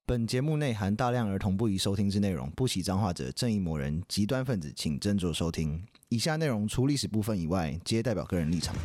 本节目内含大量儿童不宜收听之内容，不喜脏话者、正义魔人、极端分子，请斟酌收听。以下内容除历史部分以外，皆代表个人立场。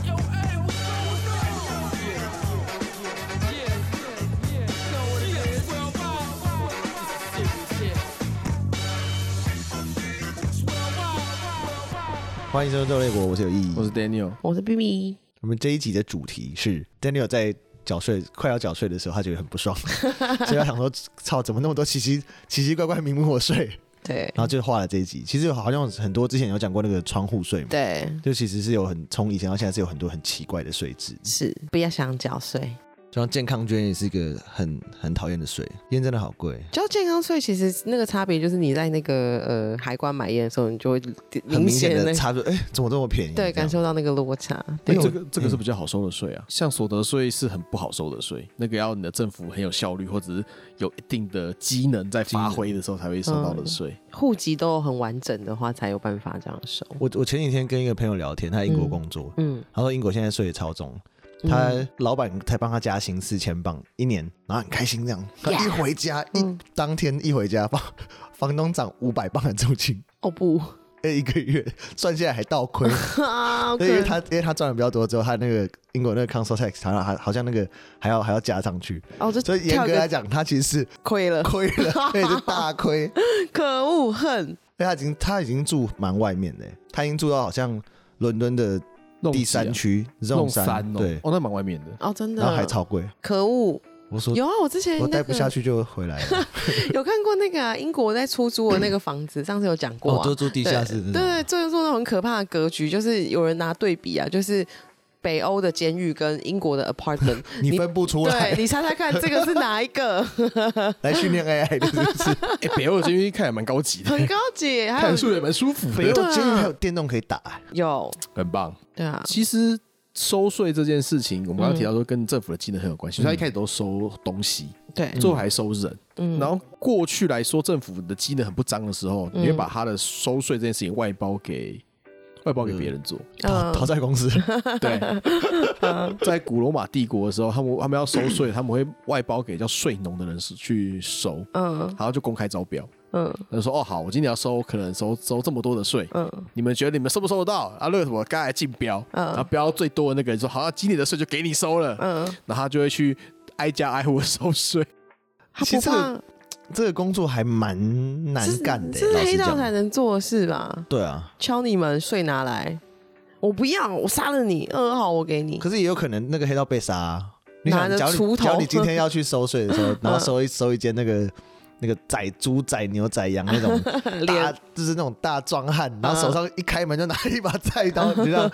欢迎收听《斗类国》，我是有意义， 我是 Daniel， 我是 BB。 我们这一集的主题是 Daniel 在缴税快要缴税的时候，他觉得很不爽，所以他想说：“操，怎么那么多奇奇怪怪明目我税？” 对， 然后就画了这一集。其实好像很多之前有讲过那个窗户税嘛， 对， 就其实是有从以前到现在是有很多很奇怪的税制， 是不要想缴税。 就像健康捐也是一个很讨厌的税，烟真的好贵。 交健康税其实那个差别就是你在那个海关买烟的时候，你就会很明显的的差别，怎么这么便宜？ 对，感受到那个落差。 这个是比较好收的税啊，像所得税是很不好收的税，那个要你的政府很有效率，或者是有一定的机能在发挥的时候才会收到的税。 户籍都很完整的话，才有办法这样收。 我前几天跟一个朋友聊天，他在英国工作，他说英国现在税也超重。他老板才帮他加薪4000镑一年，然后很开心这样。他一回家，当天一回家，房东涨500镑的租金。 哦不， 一个月算下来还倒亏。因为他赚的比较多之后，他那个英国那个 council tax 好像那个还要加上去。所以严格来讲，他其实是亏了，对，是大亏。 可恶，恨！ 他已经住蛮外面的，他已经住到好像伦敦的第3区，Zone 3，对， 那蛮外面的哦，真的， 然后还超贵， 可恶！ 我说有啊，我之前我待不下去就回来了。 有看过那个英国在出租的那个房子，上次有讲过就住地下室， 对，就是说那种很可怕的格局，就是有人拿对比啊，就是北欧的监狱跟英国的 apartment， 你分不出来， 对，你猜猜看这个是哪一个？ 来训练 AI 的是不是？ 北欧的监狱看起来蛮高级的， 很高级， 看书也蛮舒服的。 北欧监狱还有电动可以打， 有， 很棒。 对啊， 其实收税这件事情，我们刚刚提到说跟政府的机能很有关系，所以他一开始都收东西， 对， 最后还收人。然后过去来说，政府的机能很不彰的时候，你会把他的收税这件事情外包给别人做， 讨债公司。 对，在古罗马帝国的时候，他们要收税，他们会外包给叫税农的人去收，然后就公开招标。他就说：“哦，好，我今年要可能收这么多的税，你们觉得你们收不收得到？啊，那个什么，刚才竞标，然后标最多的那个人说，好，今年的税就给你收了，然后他就会去挨家挨户收税。 其实这个工作还蛮难干的， 这是黑道才能做的事吧？ 对啊， 敲你们税拿来，我不要，我杀了你，2号我给你。 可是也有可能那个黑道被杀。你想，假如你今天要去收税的时候，然后收一间那个宰猪、宰牛、宰羊那种大，就是那种大壮汉，然后手上一开门就拿一把菜刀，你知道？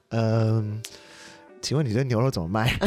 请问你这牛肉怎么卖？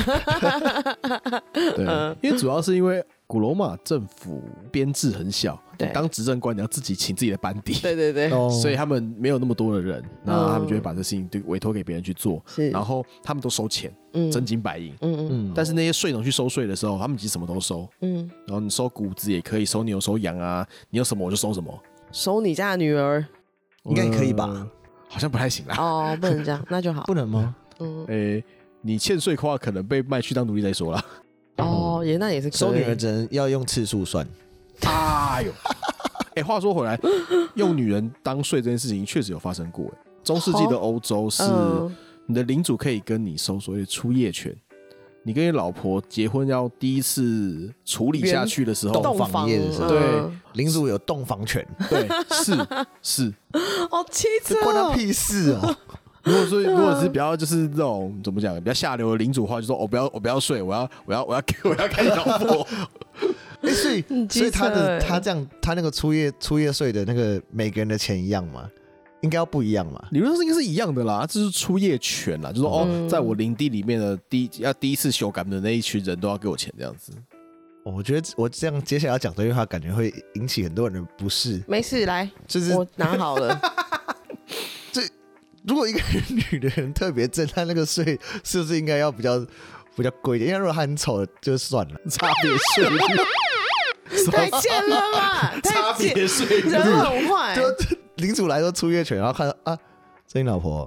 对，因为主要是因为古罗马政府编制很小，当执政官你要自己请自己的班底， 对， 所以他们没有那么多的人，然后他们就会把这事情委托给别人去做，然后他们都收钱，真金白银，但是那些税农去收税的时候，他们其实什么都收，然后你收谷子也可以，收牛收羊啊，你有什么我就收什么， 收你家的女儿， 应该可以吧？ 好像不太行啦。 哦，不能这样，那就好， 不能吗？ 你欠税的话，可能被卖去当奴隶再说啦。 哦，那也是可以。 收女儿只能要用次数算。 哎呦，话说回来，用女人当税这件事情确实有发生过。中世纪的欧洲是你的领主可以跟你收所谓的出业权。你跟你老婆结婚要第一次处理下去的时候， 洞房业的时候，对，领主有洞房权。 对，是。 好凄惨， 这关他屁事哦。 如果是比较就是这种怎么讲比较下流的领主的话，就说我不要睡，我要看你老婆。 所以他这样，他那个出业税的那个每个人的钱一样吗？应该要不一样嘛？ 理论上应该是一样的啦，这是出业权啦，就说在我领地里面的第一次修改的那一群人都要给我钱这样子。 我觉得我这样接下来要讲这句话，感觉会引起很多人的不适。 没事，来， 就是我拿好了。 如果一个女人特别正，她那个税是不是应该要比较贵一点？因为如果她很丑就算了，差别税太贱了吧！ 差别税人很坏。 就领主来说出业权，然后看到啊，这你老婆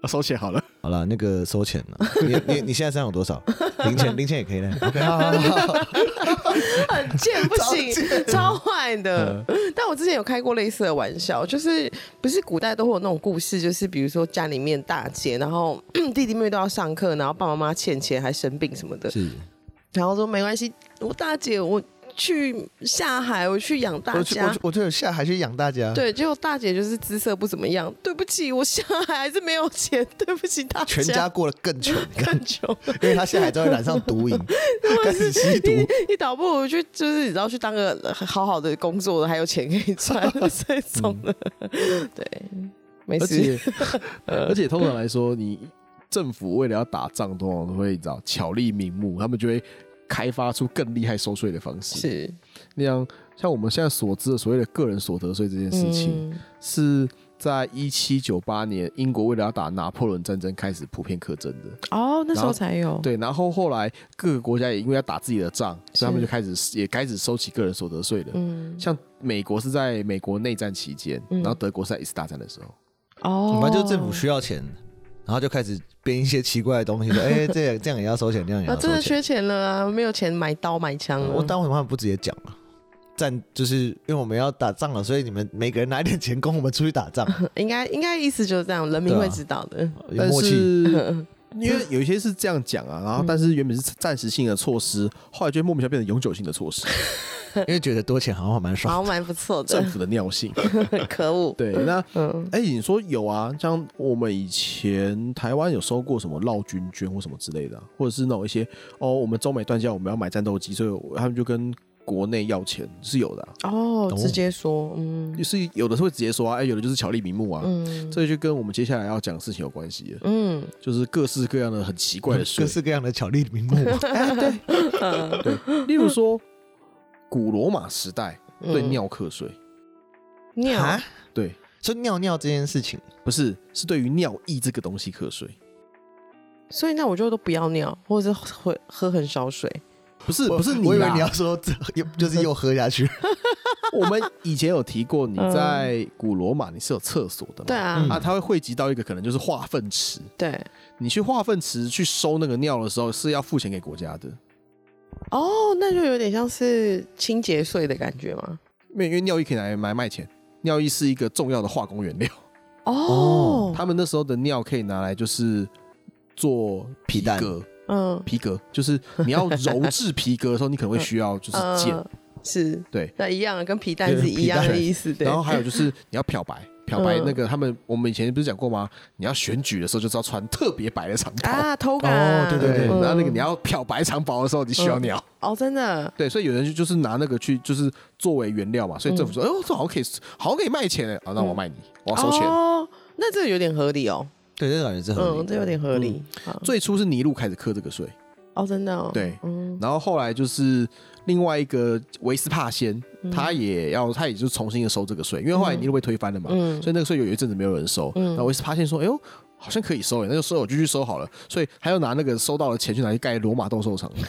收钱好了。 好了，那个收钱了。你现在身上有多少？零钱也可以呢。OK， 好。 很贱不行，超坏的。但我之前有开过类似的玩笑，就是不是古代都会有那种故事，就是比如说家里面大姐，然后弟弟妹妹都要上课，然后爸爸妈妈欠钱还生病什么的， 是， 然后说没关系，我大姐我去下海，我去养大家。 我就有下海去养大家。 对，结果大姐就是姿色不怎么样。对不起，我下海还是没有钱。对不起大家。 全家过得更穷， 更穷， 因为他下海之后染上毒瘾，开始吸毒。 你倒不如去，就是你知道去当个好好的工作的，还有钱可以赚这种的。对，没事。 而且通常来说，你政府为了要打仗，通常都会找巧立名目，他们就会开发出更厉害收税的方式。 是， 那样像我们现在所知的所谓的个人所得税这件事情，是在1798年英国为了要打拿破仑战争开始普遍课征的。 哦，那时候才有。 对，然后后来各个国家也因为要打自己的仗，所以他们就开始收起个人所得税了。像美国是在美国内战期间，然后德国是在一次大战的时候。 哦， 反正就政府需要钱，然后就开始编一些奇怪的东西，说这样也要收钱，那样也要收钱。 真的缺钱了啊，没有钱买刀买枪了。 但为什么他们不直接讲啊？就是因为我们要打仗了，所以你们每个人拿一点钱供我们出去打仗。 应该意思就是这样，人民会知道的。 有默契。 因为有一些是这样讲啊，然后但是原本是暂时性的措施，后来就莫名其妙变成永久性的措施。 因为觉得多钱好像蛮爽， 好像蛮不错的。 政府的尿性， 可恶。 对，那你说有啊？像我们以前台湾有收过什么劳军捐或什么之类的，或者是那种一些我们中美断交，我们要买战斗机，所以他们就跟国内要钱是有的。 直接说， 就是有的是会直接说啊，有的就是巧立名目啊。这就跟我们接下来要讲的事情有关系了。就是各式各样的很奇怪的税， 各式各样的巧立名目。 对，例如说。古罗马时代对尿课税， 尿对， 说尿尿这件事情不是对于尿液这个东西课税， 所以那我就都不要尿，或者是喝很少水。 不是你啦， 我以为你要说就是又喝下去。 我们以前有提过，你在古罗马你是有厕所的嘛？ 对啊， 它会汇集到一个可能就是化粪池。 对， 你去化粪池去收那个尿的时候是要付钱给国家的。 那就有点像是清洁税的感觉吗？ 因为尿液可以拿来卖钱，尿液是一个重要的化工原料。他们那时候的尿可以拿来就是做皮革，皮革就是你要揉制皮革的时候，你可能会需要就是碱， 是， 对， 那一样跟皮蛋是一样的意思。对， 然后还有就是你要漂白。那个我们以前不是讲过吗？你要选举的时候就是要穿特别白的长袍啊，偷感。 对。然后那个你要漂白长袍的时候，你需要尿。 真的。 对，所以有人就是拿那个去就是作为原料嘛，所以政府说，这好像可以卖钱哎，那我卖你，我要收钱。 那这有点合理哦。 对，这感觉是合理。 这有点合理。 最初是尼禄开始课这个税。 真的。 对，然后后来就是另外一个维斯帕先，他也就是重新的收这个税，因为后来尼禄被推翻了嘛，所以那个税有一阵子没有人收。然后维斯帕先说：“哎呦，好像可以收，那就收，我就去收好了。”所以他又拿那个收到的钱去拿去盖罗马斗兽场。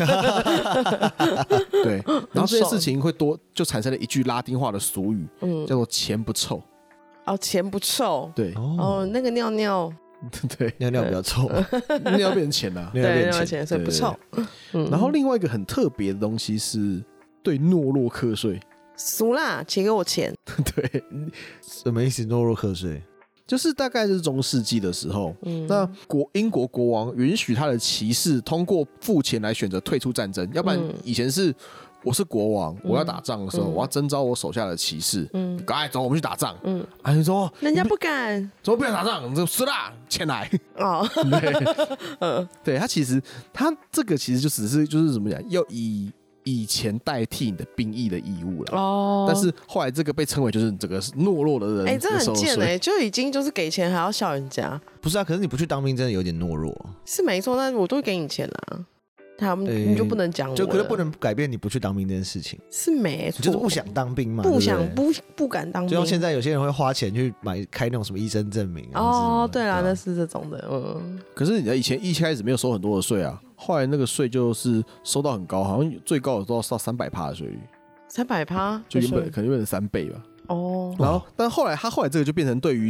对，然后这件事情就产生了一句拉丁话的俗语，叫做“钱不臭”。 钱不臭。 对。 那个尿尿。 对， 尿尿比较臭， 尿变成钱了， 尿变成钱，所以不臭。 然后另外一个很特别的东西是对懦弱课税。 俗啦，请给我钱。 对， 什么意思？懦弱课税就是大概是中世纪的时候，那英国国王允许他的骑士通过付钱来选择退出战争，要不然以前是。我是国王，我要打仗的时候，我要征召我手下的骑士，赶走，我们去打仗。你说人家不敢， 怎么不想打仗？这是啦，钱来。对，他这个其实就只是就是怎么讲，要以钱代替你的兵役的义务了。但是后来这个被称为就是这个懦弱的人， 这很贱就已经就是给钱还要笑人家。 不是啊，可是你不去当兵真的有点懦弱。 是没错，但我都会给你钱啦。你就不能讲我， 就可能不能改变你不去当兵这件事情， 是没错， 就是不想当兵嘛， 不敢当兵。 就像现在有些人会花钱去开那种什么医生证明对啦，那是这种的， 可是你以前一开始没有收很多的税啊，后来那个税就是收到很高，好像最高有到300%的税率 ，300%， 就可能原本3倍吧。然后但后来这个就变成对于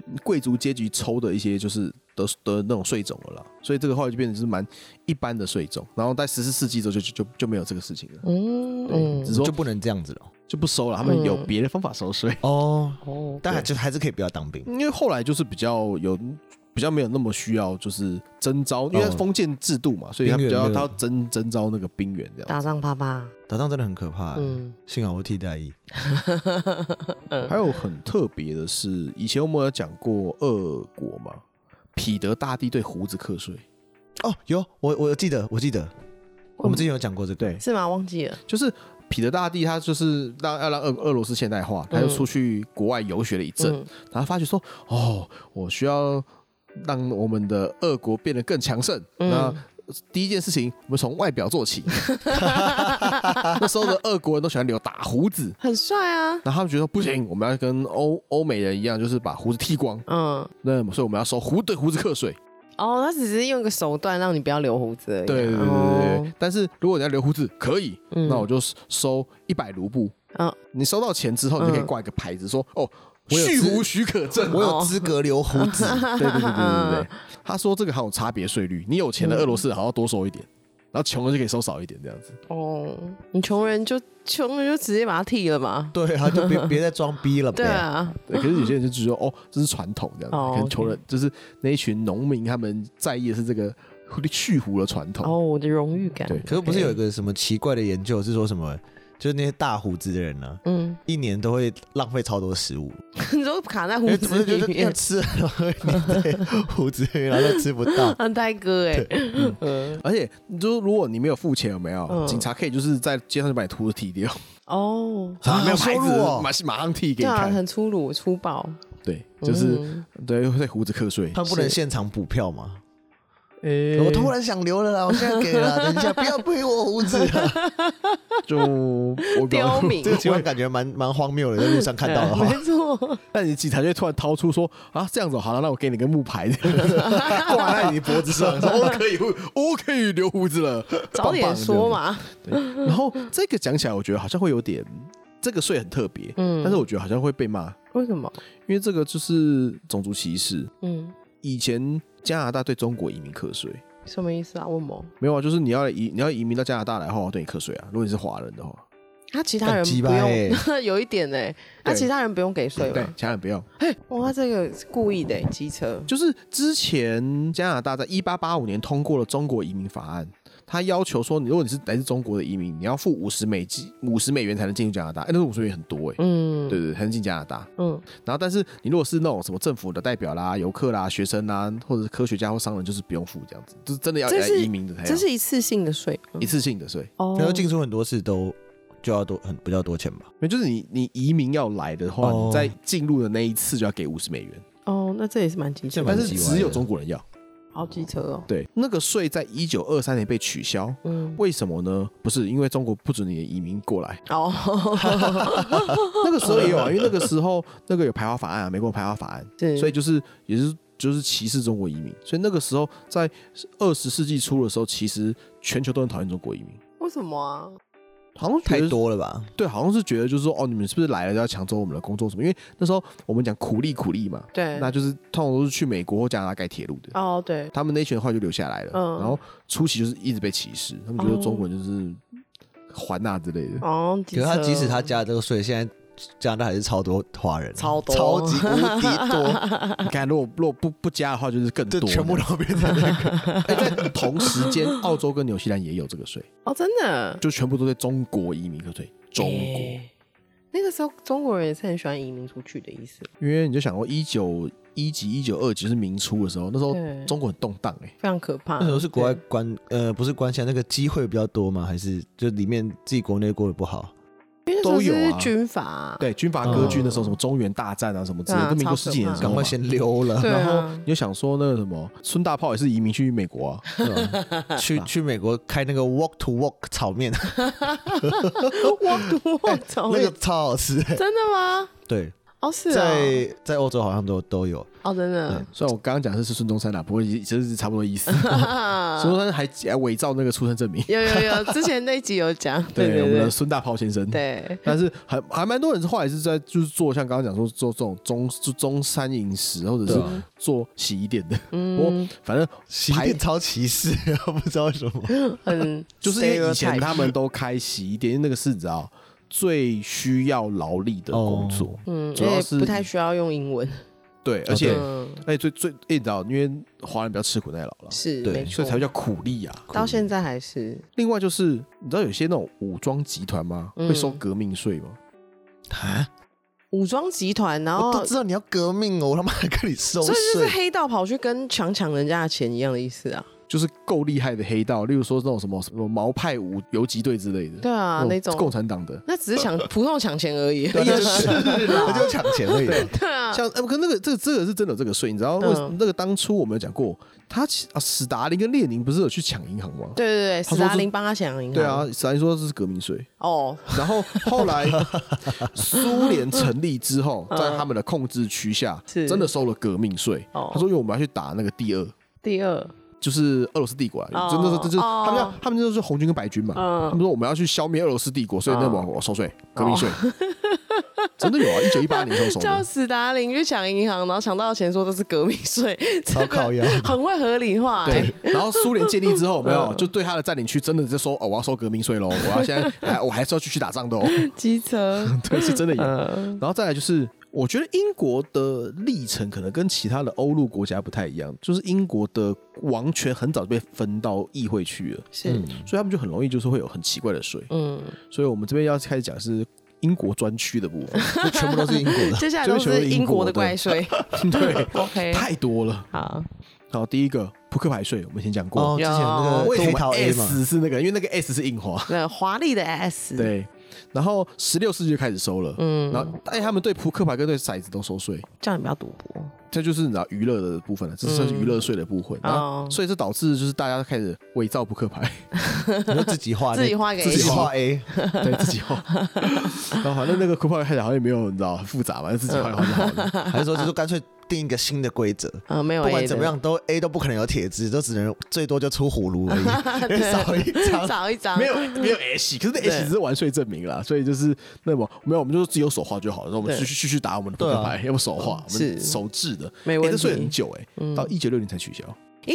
贵族阶级抽的一些就是的那种税种了啦，所以这个后来就变成是蛮一般的税种，然后在14世纪之后就没有这个事情了，对，只是说就不能这样子了， 就不收了，他们有别的方法收税但还是可以不要当兵， 因为后来就是比较没有那么需要就是征召，因为封建制度嘛，所以他要征召那个兵员这样。 打仗怕怕， 打仗真的很可怕，幸好我替代役。 还有很特别的是，以前我们有讲过俄国嘛，彼得大帝对胡子课税。 哦，有我记得，我们之前有讲过这个， 对， 是吗？忘记了， 就是。彼得大帝他就是要让俄罗斯现代化，他就出去国外游学了一阵，然后发觉说，我需要让我们的俄国变得更强盛。那第一件事情，我们从外表做起。那时候的俄国人都喜欢留大胡子， 很帅啊。 然后他们觉得不行，我们要跟欧美人一样，就是把胡子剃光。那所以我们要收胡子课税。 他只是用一个手段让你不要留胡子而已。 对。但是如果你要留胡子，可以，那我就收100卢布。你收到钱之后，你就可以挂一个牌子说，蓄胡许可证， 我有资格留胡子。 对。他说这个还有差别税率，你有钱的俄罗斯人好像多收一点，然后穷人就可以收少一点这样子。 你穷人就直接把它剃了嘛。 对啊，就别再装逼了。 对啊。 对，可是有些人就觉得这是传统这样子，跟穷人就是那一群农民他们在意的是这个蓄胡的传统。 我的荣誉感。 对， 可是不是有一个什么奇怪的研究是说什么？就是那些大胡子的人呢，一年都会浪费超多食物。 你说卡在胡子里面， 要吃胡子，然后都吃不到。 很呆哥而且就如果你没有付钱，有没有？警察可以就是在街上就把你胡子剃掉。没有牌子，马上剃给你看。 很粗鲁粗暴。 对，就是对胡子课税。 他不能现场补票吗？我突然想留了啦，我现在给了，等一下不要推我胡子了。 就我刁民， 这个情况感觉蛮荒谬的，在路上看到的话， 没错。 但你警察就会突然掏出说这样子好了，那我给你个木牌挂在你脖子上，说我可以留胡子了， 早点说嘛。 对，然后这个讲起来，我觉得好像会有点，这个税很特别，但是我觉得好像会被骂。 为什么？ 因为这个就是种族歧视。以前加拿大对中国移民课税， 什么意思啊？问我没有啊，就是你要移民到加拿大来的话，我对你课税啊。如果你是华人的话， 其他人不用，有一点其他人不用给税吗？ 对，其他人不用。 他这个是故意的机车。 就是之前加拿大在1885年通过了中国移民法案。他要求说，如果你是来自中国的移民，你要付50美元才能进入加拿大。那50美元很多对，才能进加拿大。然后但是你如果是那种什么政府的代表啦、游客啦、学生啦，或者是科学家或商人，就是不用付这样子，就是真的要来移民的才要。 这是一次性的税， 一次性的税。 然后进出很多次就要比较多钱吧？ 就是你移民要来的话，你在进入的那一次就要给50美元。 那这也是蛮机车， 但是只有中国人要。 好机车哦。 对，那个税在1923年被取消。为什么呢？不是因为中国不准你的移民过来。那个时候也有啊，因为那个时候那个有排华法案啊，美国有排华法案，所以就是歧视中国移民。所以那个时候在20世纪初的时候，其实全球都很讨厌中国移民。 为什么啊？ 好像太多了吧？ 对，好像是觉得就是说，你们是不是来了就要抢走我们的工作什么？因为那时候我们讲苦力嘛， 对， 那就是通常都是去美国或加拿大盖铁路的。 对， 他们那群的话就留下来了。然后初期就是一直被歧视，他们觉得中国人就是还之类的。 可是他即使他加了这个税，现在加拿大还是超多华人， 超级无敌多。 你看，如果不加的话，就是更多， 全部都变成那个。 在同时间，澳洲跟纽西兰也有这个税。 真的， 就全部都对中国移民课税。中国那个时候中国人也是很喜欢移民出去的意思。 因为你就想过1921级、1929级是民初的时候，那时候中国很动荡非常可怕。 那时候是国外不是关系，那个机会比较多吗？还是就里面自己国内过得不好？ 因为那时候是军阀， 对，军阀割据，那时候什么中原大战啊什么之类的，跟民国10几年的时候， 赶快先溜了。 然后你就想说那个什么孙大炮也是移民去美国啊， 去美国开那个 Walk to Walk 炒面 ，Walk to Walk 炒面那个超好吃。 真的吗？ 对。 哦，是啊， 在欧洲好像都有哦，真的。 虽然我刚刚讲的是孙中山啦，不过其实是差不多意思。孙中山还伪造那个出生证明。 有，之前那一集有讲。对， 我们的孙大炮先生。 对。 但是还蛮多人后来是在就是做像刚刚讲说做这种中餐饮食，或者是做洗衣店的。我反正洗衣店超歧视，不知道为什么。 就是因为以前他们都开洗衣店，因为那个是你知道最需要劳力的工作，主要是不太需要用英文。 对，而且最你知道，因为华人比较吃苦耐劳了， 是， 对，所以才会叫苦力啊。 到现在还是。 另外就是，你知道有些那种武装集团吗？会收革命税吗？ 啊？ 武装集团，然后我都知道你要革命哦，我他妈还跟你收税， 所以就是黑道跑去跟抢人家的钱一样的意思啊。 就是够厉害的黑道，例如说那种什么毛派游击队之类的。 对啊，那种共产党的， 那只是普通抢钱而已。 对，就是抢钱而已。 对啊， 像可这个是真的有这个税，你知道那个当初我们有讲过，史达林跟列宁不是有去抢银行吗？ 对，史达林帮他抢银行。 对啊，史达林说这是革命税。 哦，然后后来苏联成立之后，在他们的控制区下，真的收了革命税。他说因为我们要去打那个第二。就是俄罗斯帝国啊，真的就是他们就是红军跟白军嘛，他们说我们要去消灭俄罗斯帝国，所以那我收税，革命税，真的有啊，1918年收的。 叫史达林去抢银行，然后抢到的钱说这是革命税， 超靠腰， 很会合理化。 对，然后苏联建立之后，没有就对他的占领区真的就说我要收革命税喽，我要现在我还是要继续打仗的哦。 机车， 对，是真的有。然后再来就是。我觉得英国的历程可能跟其他的欧陆国家不太一样，就是英国的王权很早就被分到议会去了， 是， 所以他们就很容易就是会有很奇怪的税。所以我们这边要开始讲是英国专区的部分，就全部都是英国的， 接下来都是英国的怪税。 对 ，OK， 太多了。好，第一个扑克牌税，我们先讲过， 之前那个为什么 S 是那个？因为那个 S 是印花， 对，华丽的 S。 对。然后16世纪就开始收了，然后他们对扑克牌跟对骰子都收税， 这样你不要赌博， 这就是你知道娱乐的部分了，这是娱乐税的部分，然后所以这导致就是大家开始伪造扑克牌， 你就自己画给自己画 A， 对，自己画，然后反正那个扑克牌看起来好像也没有你知道很复杂嘛，就自己画就好了， 还是说就是干脆定一个新的规则， 没有 A， 不管怎么样都 A 都不可能有铁质，都只能最多就出葫芦而已， 少一张， 没有 S， 可是那 S 只是完税证明啦，所以就是那么没有，我们就只有手画就好了，然后我们继续打我们的扑克牌，要不手画，我们手制的， 没问题。 这税很久到1960才取消。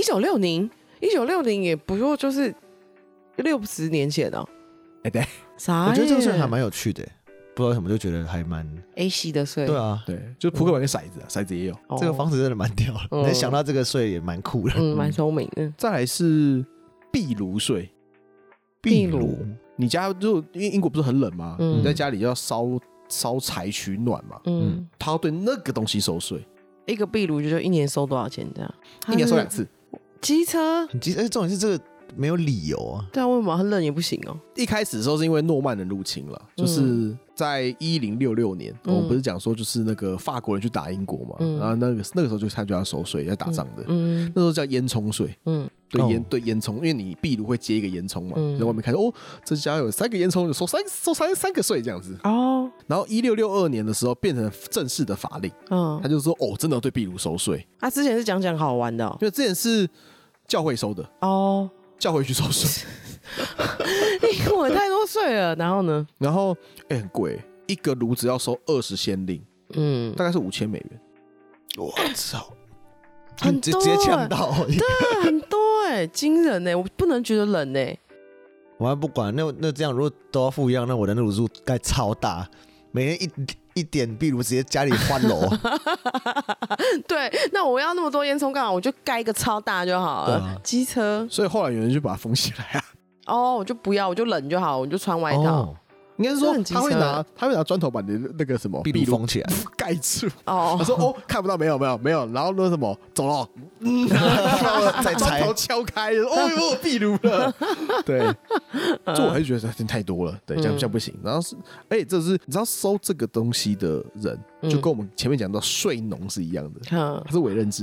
1960也不过就是60年前哦。 对， 我觉得这个税还蛮有趣的。不知道为什么就觉得还蛮 A 系的税， 对啊， 对，就是扑克牌跟骰子，骰子也有， 这个方式真的蛮屌的，能想到这个税也蛮酷的， 蛮聪明的。 再来是壁炉税， 壁炉， 你家就因为英国不是很冷吗？你在家里要烧柴取暖嘛，他要对那个东西收税， 一个壁炉就一年收多少钱这样？ 一年收2次， 机车， 重点是这个。没有理由啊！ 对啊，为什么很冷也不行哦？ 一开始的时候是因为诺曼人入侵了，就是在1066年，我们不是讲说就是那个法国人去打英国嘛，然后那个时候他就要收税，要打仗的，那时候叫烟囱税，对烟囱，因为你壁炉会接一个烟囱嘛，在外面看哦，这家有3个烟囱，就收三个税这样子哦。然后1662年的时候变成正式的法令，他就说哦，真的对壁炉收税。 他之前是讲好玩的， 因为之前是教会收的哦。教会去收税， 我太多税了。然后呢？ 然后很贵，一个炉子要收20先令，大概是$5000。 我操， 很多， 直接呛到， 对，很多惊人我不能觉得冷我还不管，那这样如果都要付一样，那我的那炉子盖超大，每天一点壁炉直接家里换楼。 对，那我要那么多烟囱干嘛？我就盖一个超大就好了。机车， 所以后来有人就把它封起来啊。 我就不要，我就冷就好，我就穿外套。 应该是说他会拿砖头把你的那个什么壁炉封起来盖住。他说看不到，没有，然后那什么走了，再砖头敲开，有壁炉了。对，这我还是觉得真太多了，对，这样不行。然后是，这是你知道收这个东西的人，就跟我们前面讲到税农是一样的，他是委任制的。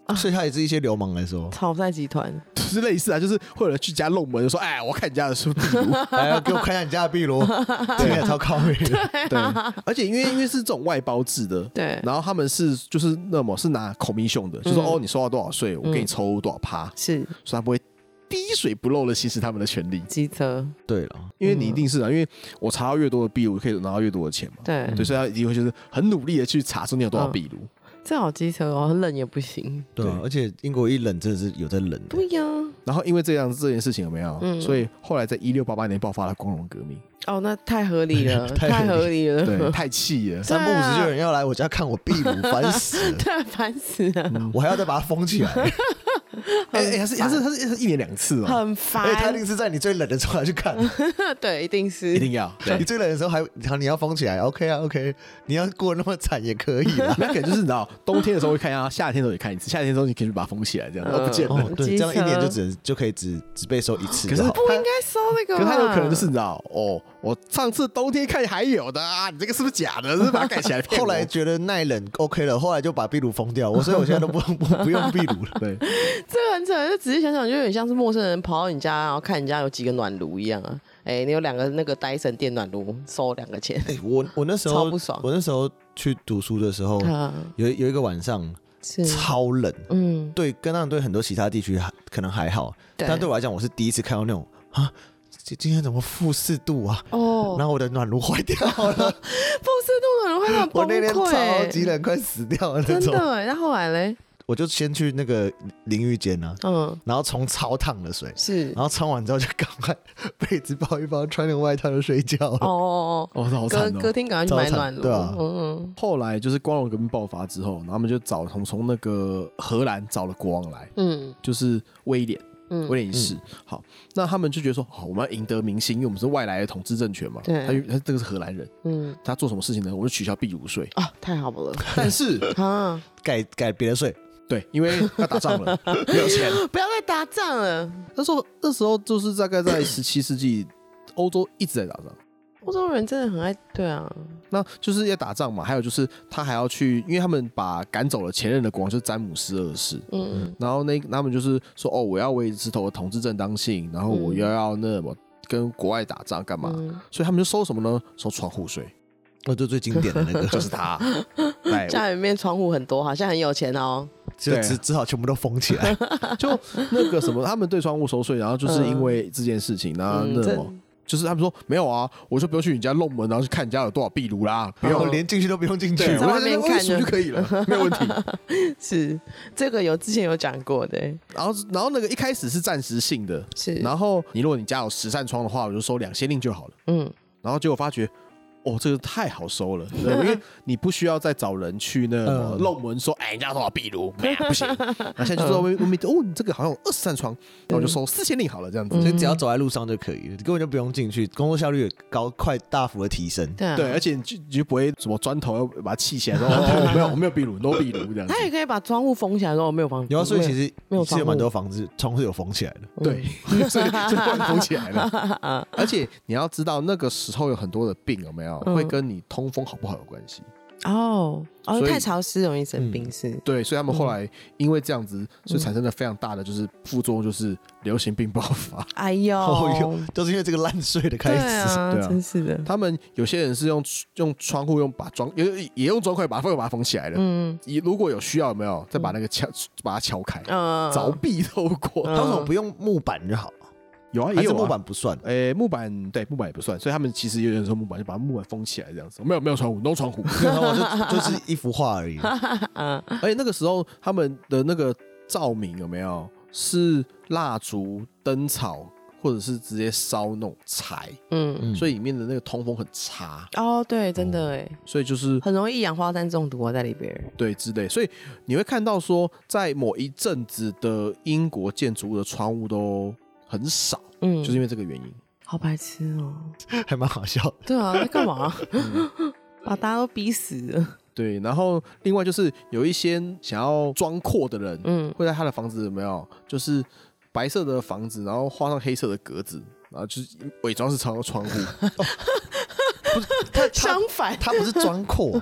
所以他也是一些流氓来说， 炒菜集团就是类似啊，就是会有人去家弄门，就说：“哎，我看你家的是壁炉， 来给我看一下你家的壁炉，对，超靠北的。” 对，而且因为是这种外包制的， 对， 然后他们是就是那么是拿commission的，就说哦，你收到多少税，我给你抽多少趴， 是， 所以他不会滴水不漏的行使他们的权利。 机车， 对了， 因为你一定是啊，因为我查到越多的壁炉，可以拿到越多的钱嘛。 对， 所以他一定会就是很努力的去查出你有多少壁炉。 这好机车哦，很冷也不行。 对啊，而且英国一冷真的是有在冷的。 对呀。 然后因为这件事情有没有？所以后来在1688年爆发了光荣革命。 哦，那太合理了，太合理了， 对，太气了。 3不5时就有人要来我家看我壁炉，烦死了。 对，烦死了。 我还要再把它封起来。 他是1年2次嘛， 很烦。 而且他一定是在你最冷的时候去看。 对，一定是， 一定要。 你最冷的时候你要封起来 ，OK 啊 ，OK。你要过那么惨也可以啦。 那可能就是你知道，冬天的时候会看一下，夏天的时候也看一次，夏天的时候你可以把它封起来，这样不见了。 对，这样1年就可以只被收1次。 可是不应该收那个。 可是他有可能就是你知道，哦，我上次冬天看还有的啊，你这个是不是假的？是不是把它盖起来？ 后来觉得耐冷 OK 了，后来就把壁炉封掉。所以我现在都不用壁炉了。对， 这个很扯，就仔细想想，就有点像是陌生人跑到你家，然后看你家有几个暖炉一样啊。你有2个那个戴森电暖炉，收2个钱。 我那时候超不爽。 我那时候去读书的时候，有一个晚上超冷，对，对很多其他地区可能还好，但对我来讲，我是第一次看到那种啊，今天怎么-4度啊？哦，然后我的暖炉坏掉了，-4 度暖炉坏掉， 我那天超级冷，快死掉了那种。 真的。那后来嘞？ 我就先去那个淋浴间啊，然后冲超烫的水， 是， 然后冲完之后就赶快被子包一包，穿那个外套就睡觉了。 好惨哦！ 隔天赶快去买暖炉。 对啊， 后来就是光荣革命爆发之后，然后他们就从那个荷兰找了国王来，就是威廉一世。好，那他们就觉得说，好，我们要赢得民心，因为我们是外来的统治政权嘛。他这个是荷兰人，他做什么事情呢？我就取消壁炉税啊，太好了。 但是改别的税。 对，因为要打仗了，没有钱， 不要再打仗了。 那时候就是大概在17世纪，欧洲一直在打仗。 欧洲人真的很爱，对啊， 那就是要打仗嘛。还有就是他还要去，因为他们赶走了前任的国王，就是詹姆斯2世。然后他们就是说，哦，我要维持我的统治正当性，然后我又要那么跟国外打仗干嘛？所以他们就收什么呢？收窗户税。 就最经典的那个就是他， 家里面窗户很多，好像很有钱哦。 就只好全部都封起来。 就那个什么，他们对窗户收税，然后就是因为这件事情，然后那什么。就是他们说没有啊，我就不用去你家弄门，然后去看你家有多少壁炉啦，不用， 连进去都不用进去， 在外面看就可以了，没有问题。 是这个之前有讲过的。 然后那个一开始是暂时性的， 是。 然后如果你家有10扇窗的话，我就收2000令就好了。然后结果发觉。这个太好收了，对，因为你不需要再找人去那弄门说，你家多少壁炉，不行。那现在就说外面你这个好像有20扇窗，那我就收4000令好了，这样子， 所以只要走在路上就可以了，根本就不用进去，工作效率也快大幅的提升。 对，而且你就不会什么砖头要把它砌起来，说我没有壁炉，no壁炉这样子。 他也可以把窗户封起来，说我没有房子。 有，所以其实有蛮多房子窗是有封起来的。 对，所以就封起来了。而且你要知道，那个时候有很多的病有没有会跟你通风好不好有关系。 太潮湿容易生病是。 对，所以他们后来因为这样子，所以产生了非常大的就是副作用，就是流行病爆发。 哎呦， 就是因为这个烂税的开始。 对啊，真是的。 他们有些人是用窗户也用砖块把它封起来了。如果有需要有没有再把那个把它敲开，凿壁透过。 他为什么不用木板就好？ 有啊， 也有木板不算。 木板也不算，所以他们其实有人说木板就把木板封起来这样子。没有窗户 ，no 窗户， 就是一幅画而已。 而且那个时候他们的那个照明有没有是蜡烛、灯草，或者是直接烧那种柴，所以里面的那个通风很差。 对，真的哎， 所以就是很容易一氧化碳中毒在里边。 对，之类，所以你会看到说，在某一阵子的英国建筑物的窗户都很少，就是因为这个原因。 好白痴哦， 还蛮好笑的。 对啊，在干嘛？把大家都逼死了。 对，然后另外就是有一些想要装阔的人，会在他的房子有没有，就是白色的房子，然后画上黑色的格子，然后就是伪装是窗户。 相反， 他不是装阔。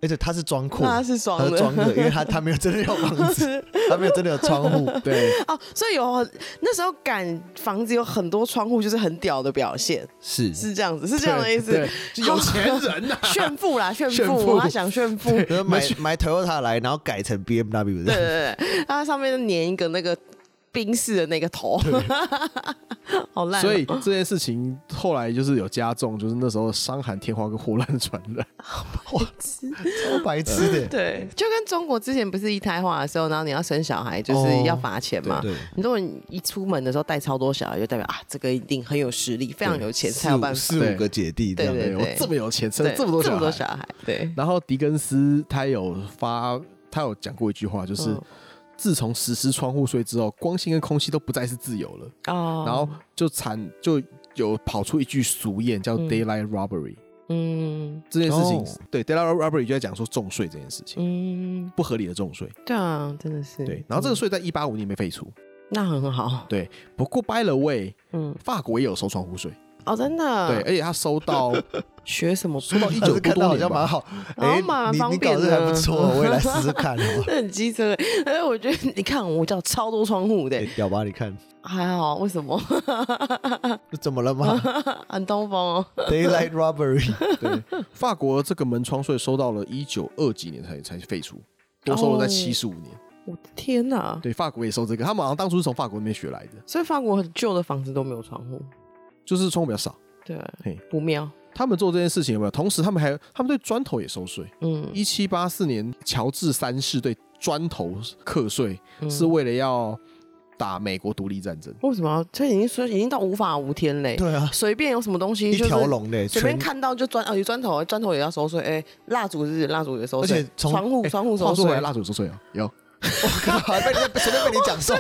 而且他是装阔， 他是装的， 因为他没有真的有房子，他没有真的有窗户。对哦，所以那时候赶房子有很多窗户，就是很屌的表现，是这样子，是这样的意思。 有钱人呐， 炫富啦，炫富，他想炫富， 买 Toyota 来，然后改成 BMW。 对，它上面粘一个那个宾士的那个头，好烂。 所以这件事情后来就是有加重，就是那时候伤寒天花跟霍乱的传染。 哇，超白痴的。 对，就跟中国之前不是一胎化的时候，然后你要生小孩就是要罚钱嘛。你如果你一出门的时候带超多小孩，就代表这个一定很有实力，非常有钱才有办法。 4-5个姐弟， 对， 我这么有钱，生这么多小孩。 对。 然后狄更斯他有讲过一句话，就是。自从实施窗户税之后，光线跟空气都不再是自由了。然后就有跑出一句俗谚叫 daylight robbery。这件事情对 daylight robbery 就在讲说重税这件事情，不合理的重税。 对啊，真的是。 对，然后这个税在185年被废除， 那很好。 对，不过 by the way，法国也有收窗户税。 哦，真的。 对，而且他收到学什么？ 收到19多年， 好像蛮好。 蛮方便的， 你搞得还不错，我也来试试看。 很机车，我觉得你看我叫超多窗户的， 屌吧？你看还好，为什么？ 怎么了吗？ 很东风哦。 Daylight robbery。 对，法国这个门窗税收到了1920几年才废除，多收了在75年。 我的天哪！ 对，法国也收这个，他们好像当初是从法国那边学来的， 所以法国很旧的房子都没有窗户。 就是窗户比较少， 对，不妙。 他们做这件事情有没有？同时他们对砖头也收税。1784年乔治3世对砖头课税，是为了要打美国独立战争。 为什么？这已经到无法无天嘞。 对啊， 随便有什么东西， 一条龙嘞， 随便看到就有砖头也要收税。蜡烛也收税，而且窗户收税， 蜡烛收税有。 我靠，随便被你讲中。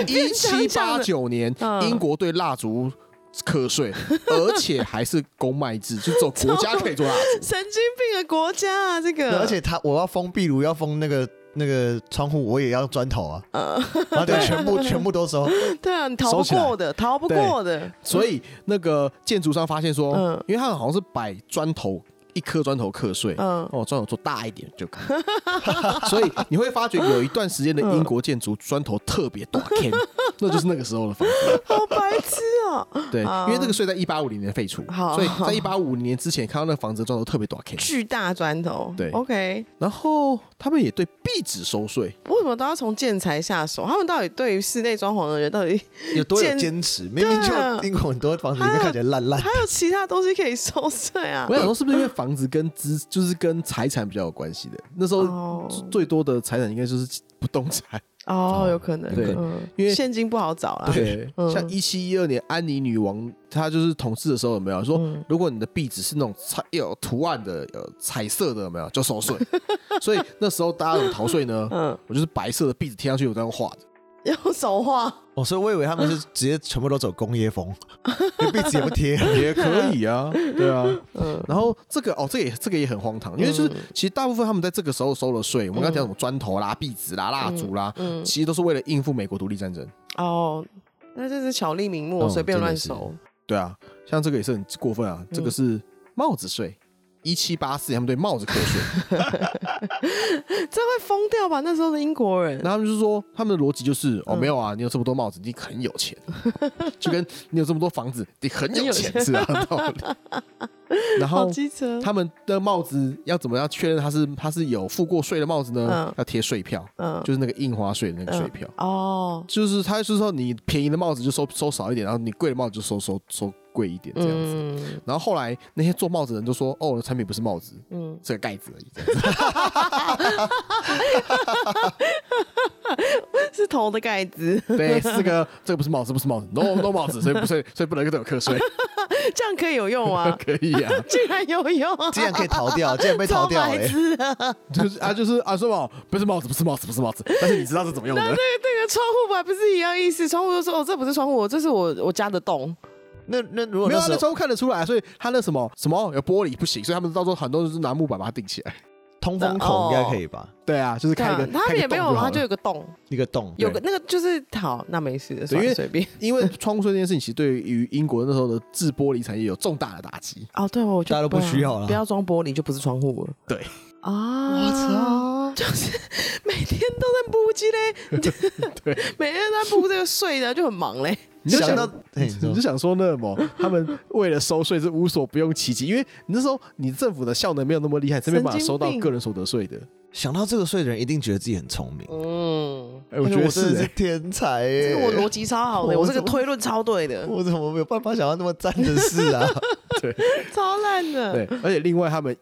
1789年，英国对蜡烛课税，而且还是公卖制，就只有国家可以做蜡烛。 神经病的国家啊，这个！ 而且我要封壁炉，要封那个窗户，我也要砖头啊。然后全部都收。对啊，你逃不过的。 所以那个建筑商发现说，因为他好像是摆砖头。1颗砖头课税，砖头做大一点就可以。所以你会发觉有一段时间的英国建筑砖头特别大坑，那就是那个时候的房子。 好白痴哦！ 对，因为这个税在1850年废除，所以在1850年之前看到那个房子的砖头特别大坑， 巨大砖头。 对 ，OK。 然后他们也对壁纸收税， 为什么都要从建材下手？他们到底对于室内装潢的人到底有多有坚持？明明就英国很多房子里面看起来烂烂， 还有其他东西可以收税啊！ 我想说是不是因为房子就是跟财产比较有关系的？那时候最多的财产应该就是不动产。 有可能。 对，因为现金不好找啦。 对，像1712年安妮女王她就是统治的时候，有没有说如果你的壁纸是那种有图案的、有彩色的，有没有就收税？所以那时候大家怎么逃税呢？我就是白色的壁纸贴上去，我这样画的。 用手画所以我以为他们是直接全部都走工业风，壁纸也不贴， 也可以啊，对啊。然后这个也很荒唐，因为就是其实大部分他们在这个时候收了税，我们刚刚讲什么砖头啦、壁纸啦、蜡烛啦，其实都是为了应付美国独立战争。 那这是巧立名目，随便乱收。 对啊，像这个也是很过分啊，这个是帽子税。1784年他们对帽子课税， 这会疯掉吧？那时候的英国人， 然后他们就说他们的逻辑就是没有啊，你有这么多帽子，你很有钱，就跟你有这么多房子，你很有钱是啊道理。然后他们的帽子要怎么样确认它是有付过税的帽子呢？要贴税票，就是那个印花税的那个税票。就是他就是说你便宜的帽子就收少一点，然后你贵的帽子就收贵一点这样子。然后后来那些做帽子的人就说：“我的产品不是帽子，是个盖子而已。” 是头的盖子。 对，这个不是帽子，不是帽子 ，no 帽子，所以不能跟这有课税。 这样可以有用吗？ 可以啊， 竟然有用， 竟然可以逃掉，竟然被逃掉就是说嘛，不是帽子，不是帽子，不是帽子，但是你知道是怎么用的？那个窗户吧，不是一样意思？窗户就说这不是窗户，这是我家的洞。 那如果没有那窗户看得出来，所以他那什么有玻璃不行，所以他们到时候很多就是拿木板把它顶起来。 通风口应该可以吧？ 对啊，就是开一个， 他们也没有，他就有个洞，有个那个就是好，那没事的，随便。 因为窗户税这件事情，其实对于英国那时候的制玻璃产业有重大的打击。 对， 大家都不需要了， 不要装玻璃就不是窗户了。 对， 我操， 就是每天都在补这嘞，对，每天在补这个税的就很忙嘞。 你就想说那么，他们为了收税是无所不用其极，因为你那时候你政府的效能没有那么厉害，这边把它收到个人所得税的。 想到这个税的人一定觉得自己很聪明。 我觉得是天才耶！ 我逻辑超好的，我这个推论超对的。 我怎么没有办法想到那么赞的事啊？ 对， 超烂的。 对，而且另外他们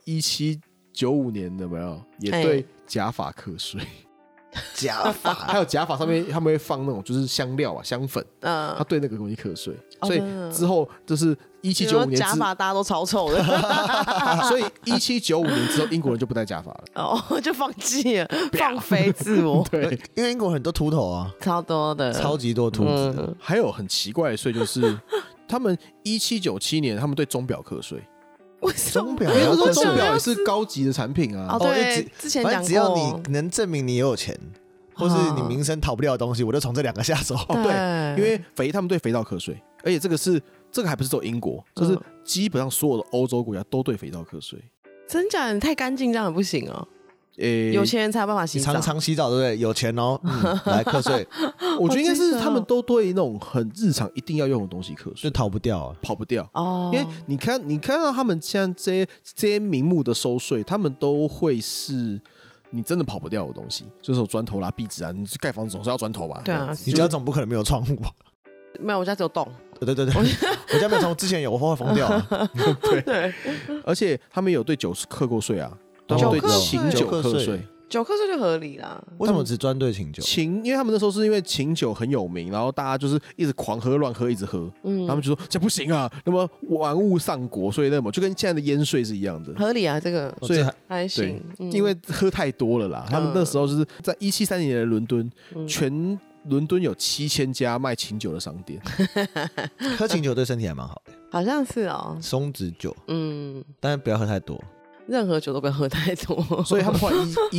1795年的没有也对假发课税。 假发还有假发上面他们会放那种就是香料啊香粉，他对那个东西课税，所以之后就是1795年假发大家都超臭的， 所以1795年之后英国人就不戴假发了， 就放弃了，放飞自我。 对， 因为英国很多秃头啊， 超多的， 超级多秃子。 还有很奇怪的税就是他们1797年他们对钟表课税。 为什么？ 因为那时候钟表也是高级的产品啊。 对，之前讲过， 只要你能证明你有钱，或是你名声逃不掉的东西，我就从这2个下手。 对，因为他们对肥皂课税，而且这个还不是只有英国，就是基本上所有的欧洲国家都对肥皂课税。 真假？你太干净这样也不行哦。有钱人才有办法洗澡， 常常洗澡对不对？有钱哦，来课税。 我觉得应该是他们都对那种很日常一定要用的东西课税， 就逃不掉啊， 跑不掉哦。因为你看到他们现在这些名目的收税，他们都会是你真的跑不掉的东西，就是有砖头啦、壁纸啊，你盖房子总是要砖头吧？ 对啊， 你家总不可能没有窗户吧？ 没有，我家只有洞。 对，我家没有窗，之前有，我会疯掉了。 对，而且他们有对酒课过税啊。对琴酒课税， 酒课税就合理啦。 为什么只专对琴酒？ 因为他们那时候是因为琴酒很有名，然后大家就是一直狂喝乱喝，一直喝，他们就说这不行啊，那么玩物丧国，所以那么就跟现在的烟税是一样的， 合理啊，这个所以还行。 因为喝太多了啦，他们那时候就是在1730年的伦敦，全伦敦有7000家卖琴酒的商店， 喝琴酒对身体还蛮好的， 好像是哦， 松子酒，但是不要喝太多。 任何酒都不要喝太多， 所以他们后来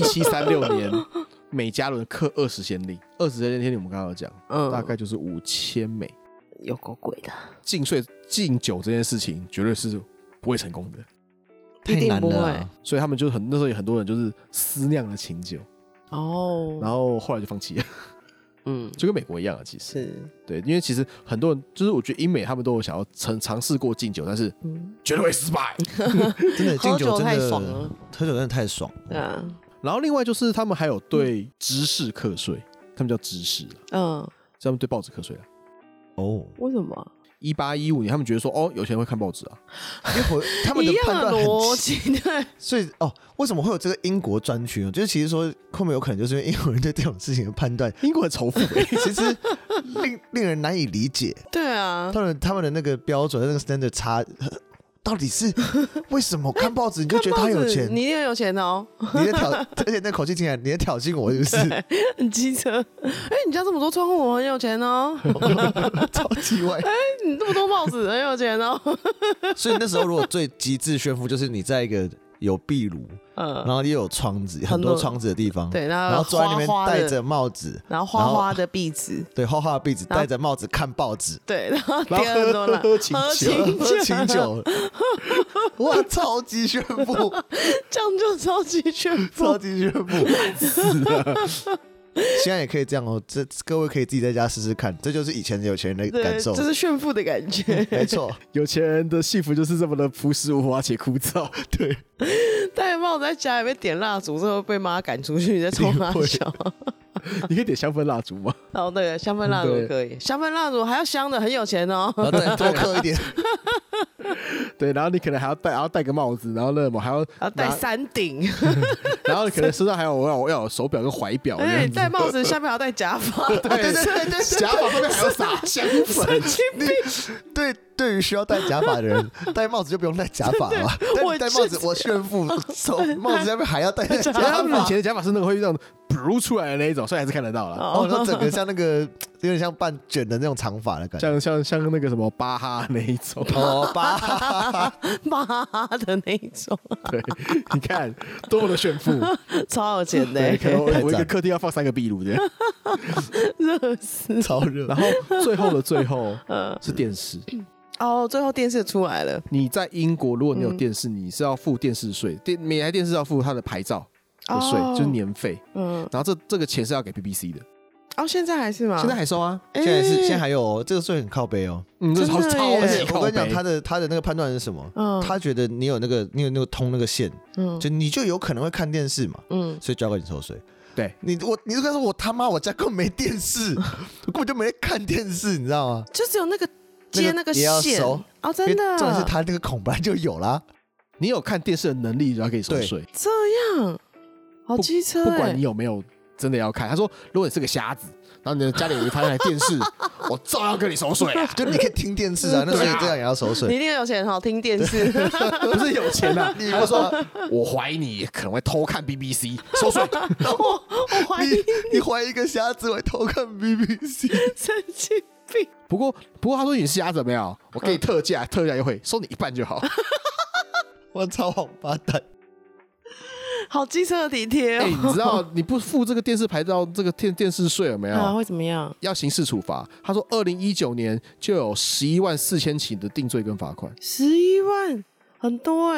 1736年每加仑克20先令，20先令我们刚刚有讲，大概就是5000美， 有够贵的。 禁酒这件事情绝对是不会成功的， 太难了。 所以他们就那时候有很多人就是私酿了琴酒，然后后来就放棄了。就跟美国一样啊，其实是对，因为其实很多人就是我觉得英美他们都有想要尝试过禁酒，但是绝对会失败。 真的禁酒真的太爽了， 喝酒真的太爽。 对啊， 然后另外就是他们还有对知识课税，他们叫知识，他们对报纸课税了。 哦， 为什么 ？1815年他们觉得说有钱人会看报纸啊， 因为他们的判断很逻辑，对， 所以为什么会有这个英国专区呢？就是其实说后面有可能就是因为英国人对这种事情的判断， 英国很仇富， 其实令人难以理解。 对啊， 他们的那个标准那个 standard 差。到底是为什么看报纸你就觉得他有钱？ 你也有钱哦！ 而且那口气听起来，你在挑衅我是不是？ 很机车。你家这么多窗户，我很有钱哦， 超级歪。 你这么多帽子，很有钱哦。 所以那时候如果最极致炫富，就是你在一个有壁炉，然后也有窗子，很多窗子的地方， 对， 然后坐在那边戴着帽子， 然后花花的壁纸， 对，花花的壁纸，戴着帽子看报纸， 对，然后喝清酒，哇，超级炫富， 这样就超级炫富， 超级炫富，是的。现在也可以这样哦，各位可以自己在家试试看，这就是以前有钱人的感受， 这是炫富的感觉， 没错， 有钱人的幸福就是这么的朴实无华且枯燥。 对， 戴帽子在家里面点蜡烛，之后被妈赶出去，你在冲哪笑？ 你可以点香氛蜡烛吗？ 对，香氛蜡烛可以，香氛蜡烛还要香的，很有钱哦。 然后再多刻一点。 对，然后你可能还要戴个帽子，然后呢，我还要戴3顶， 然后可能身上还有要有手表跟怀表。 对，戴帽子下面还要戴假发， 对，假发上面还要撒香粉。 对于需要戴假发的人，戴帽子就不用戴假发了。但戴帽子我炫富，帽子下面还要戴假发。 他们以前的假发是那个会这样噗出来的那一种，所以还是看得到了。 然后整个像那个有点像半卷的那种长发的感觉， 像那个什么巴哈那一种。 巴哈的那一种。 对，你看多么的炫富， 超有钱的。 可能我一个客厅要放3个壁炉这样， 热死， 超热。 然后最后的最后是电视。 哦，最后电视出来了。 你在英国，如果你有电视，你是要付电视税，每台电视要付它的牌照的税，就是年费。然后这个钱是要给 BBC 的。 哦，现在还是吗？ 现在还收啊， 现在还有哦，这个税很靠背哦。 这超级靠背。 我跟你讲，他的那个判断是什么？他觉得你有那个通那个线，就你就有可能会看电视嘛，所以就要跟你收税。 对你就跟他说我他妈我家根本没电视，我根本就没看电视，你知道吗？ 就只有那个接那个线也要收哦，真的。 重点是他那个孔本来就有啦， 你有看电视的能力就要给你收税。 这样好机车， 不管你有没有真的要看。他说，如果你是个瞎子，然后你的家里有一台电视，我照样跟你收税啊。 就你可以听电视啊，那所以这样也要收税。 你一定有钱听电视， 不是有钱啊。他就说，我怀疑你可能会偷看 BBC， 收税。 我怀疑你怀疑一个瞎子会偷看 BBC， 神经病。 不过他说你是瞎子没有？我给你特价优惠，收你一半就好。 我超王八蛋。 好机车的体贴哦！ 你知道你不付这个电视牌照这个电视税有没有？ 会怎么样？ 要刑事处罚。他说，2019年就有114000起的定罪跟罚款。 11万，很多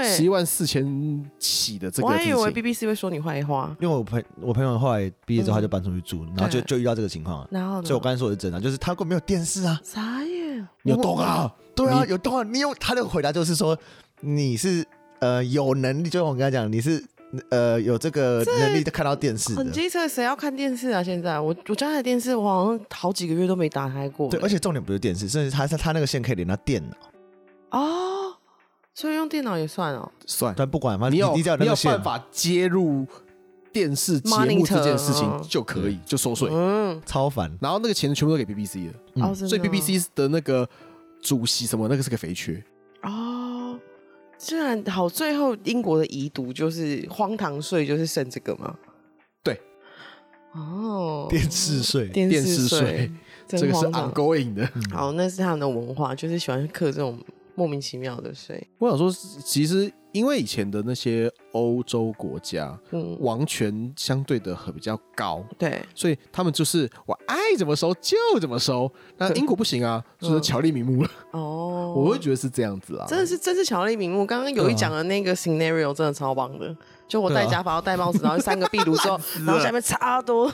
114000起的这个。 我还以为 BBC 会说你坏话， 因为我朋友后来毕业之后他就搬出去住，然后就遇到这个情况。 然后呢？ 所以我刚才说的是真的，就是他根本没有电视啊。 啥耶？ 你有洞啊？ 对啊，有洞啊！他的回答就是说你是有能力，就我跟他讲你是。有这个能力看到电视的， 很机车，谁要看电视啊？现在我家的电视，我好像好几个月都没打开过。 对，而且重点不是电视，甚至他那个线可以连到电脑。 哦，所以用电脑也算哦。 算， 但不管嘛， 你有办法接入电视节目这件事情就可以，就收税。 超烦。 然后那个钱全部都给 BBC 了，所以 BBC 的那个主席什么那个是个肥缺。 哦。虽然好，最后英国的遗毒就是荒唐税，就是剩这个吗？ 对， 哦，电视税， 这个是 ongoing 的。 好，那是他们的文化，就是喜欢课这种莫名其妙的税。 我想说，其实因为以前的那些欧洲国家，王权相对的比较高， 对， 所以他们就是我爱怎么收就怎么收。那英国不行啊，就是巧立名目了。哦，我会觉得是这样子啦， 真是巧立名目。刚刚有一讲的那个 scenario 真的超棒的，就我戴假发、戴帽子，然后3个壁炉之后，然后下面超多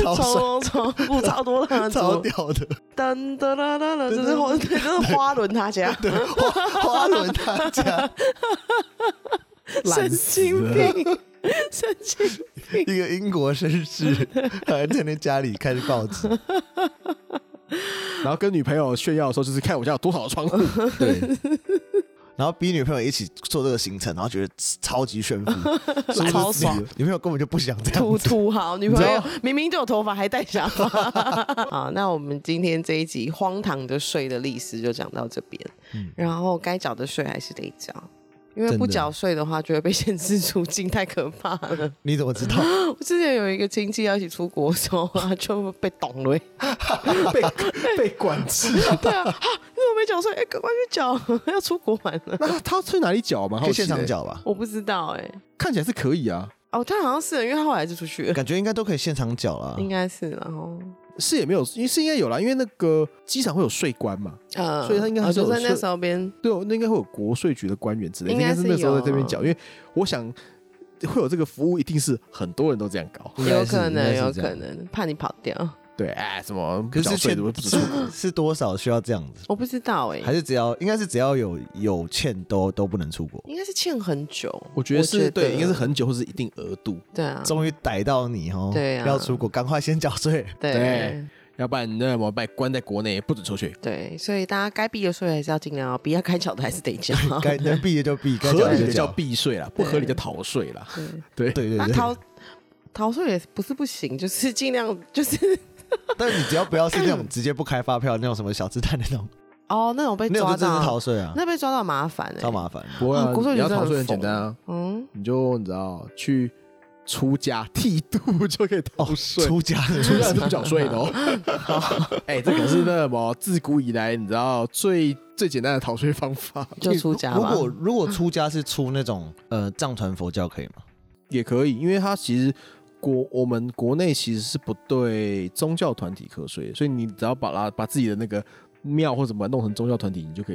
蜡烛， 超屌的， 噔噔啦啦啦，这是花轮他家， 对，花轮他家， 神经病。神经病！ 一个英国绅士还在那家里看报纸， 然后跟女朋友炫耀的时候，就是看我家有多少的窗户。 对，然后逼女朋友一起做这个行程，然后觉得超级炫富， 超爽。 女朋友根本就不想这样子。 土豪女朋友明明就有头发，还戴假发。好，那我们今天这一集荒唐的税的历史就讲到这边，然后该缴的税还是得缴。因为不缴税的话，就会被限制出境，太可怕了。 你怎么知道？ 我之前有一个亲戚要一起出国的时候，他就被挡了， 被管制。 对啊，你怎么没缴税？赶快去缴，要出国玩了。 那他去哪里缴嘛？ 可以现场缴吧？ 我不知道看起来是可以啊。 哦，他好像是，因为他后来就出去了， 感觉应该都可以现场缴啦。 应该是，然后。 是也没有，因为是应该有啦，因为那个机场会有税关嘛，所以他应该就在那时候边， 对，那应该会有国税局的官员之类的，应该是那时候在这边缴，因为我想会有这个服务，一定是很多人都这样搞， 有可能怕你跑掉。 对，什么？ 可是是多少需要这样子？ 我不知道还是应该是只要有欠都不能出国？ 应该是欠很久， 我觉得是对，应该是很久或是一定额度。 对啊， 终于逮到你对啊， 要出国，赶快先缴税。 对，要不然那么被关在国内不准出去。 对，所以大家该避的税还是要尽量要避，要该缴的还是得缴。 该能避的就避， 合理的叫避税啦，不合理就逃税啦。对。 那逃税也不是不行，就是尽量就是。 但你只要不要是那种直接不开发票那种什么小吃摊那种那种被抓到， 那种真是逃税啊！ 那被抓到麻烦超麻烦。 不会啊，你要逃税很简单啊，你知道去出家剃度就可以逃税。 出家是不缴税的哦。这可是那什么自古以来你知道最简单的逃税方法， 就出家吧。 如果出家是出那种藏传佛教可以吗？ 也可以，因为它其实。我们国内其实是不对宗教团体课税，所以你只要把自己的那个庙或什么弄成宗教团体，你就可以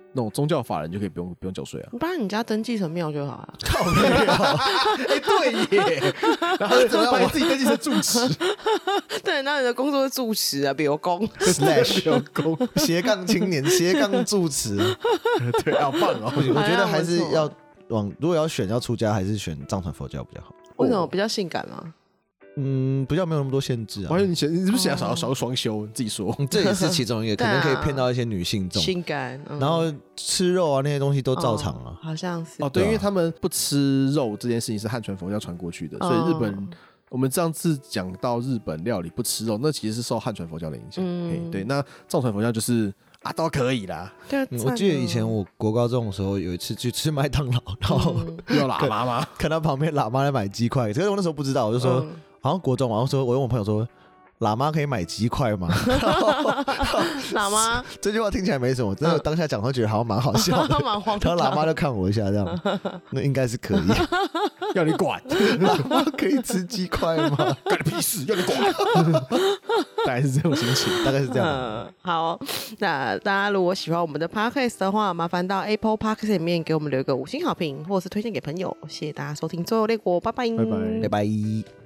那种宗教法人就可以不用缴税啊。 你帮你家登记成庙就好了。 靠哎，对耶，然后怎么把你自己登记成住持？ 对，那你的工作是住持啊，表公 /斜杠青年斜杠住持， 对，好棒哦！ 我觉得还是要如果要出家，还是选藏传佛教比较好。 为什么比较性感吗？ 比较没有那么多限制啊。 你是不是想要少个双休？你自己说， 这也是其中一个，可能可以骗到一些女性众。 性感， 然后吃肉啊那些东西都照常啊。 好像是对，因为他们不吃肉这件事情是汉传佛教传过去的，所以日本我们上次讲到日本料理不吃肉，那其实是受汉传佛教的影响。对，那藏传佛教就是都可以啦。 我记得以前我国高中的时候有一次去吃麦当劳，然后有喇嘛吗？ 看到旁边喇嘛在买鸡块，可是我那时候不知道，我就说好像国中，然后我问我朋友说。喇嘛可以买鸡块吗？ 喇嘛这句话听起来没什么，真的当下讲会觉得好像蛮好笑的，蛮荒唐。然后喇嘛就看我一下，这样，那应该是可以。 要你管？ 喇嘛可以吃鸡块吗？ 干你屁事！要你管？大概是这种心情，大概是这样。 好，那大家如果喜欢我们的 podcast 的话，麻烦到 Apple Podcast 里面给我们留一个5星好评，或者是推荐给朋友。谢谢大家收听《最后列国》，拜拜， 拜拜，拜拜。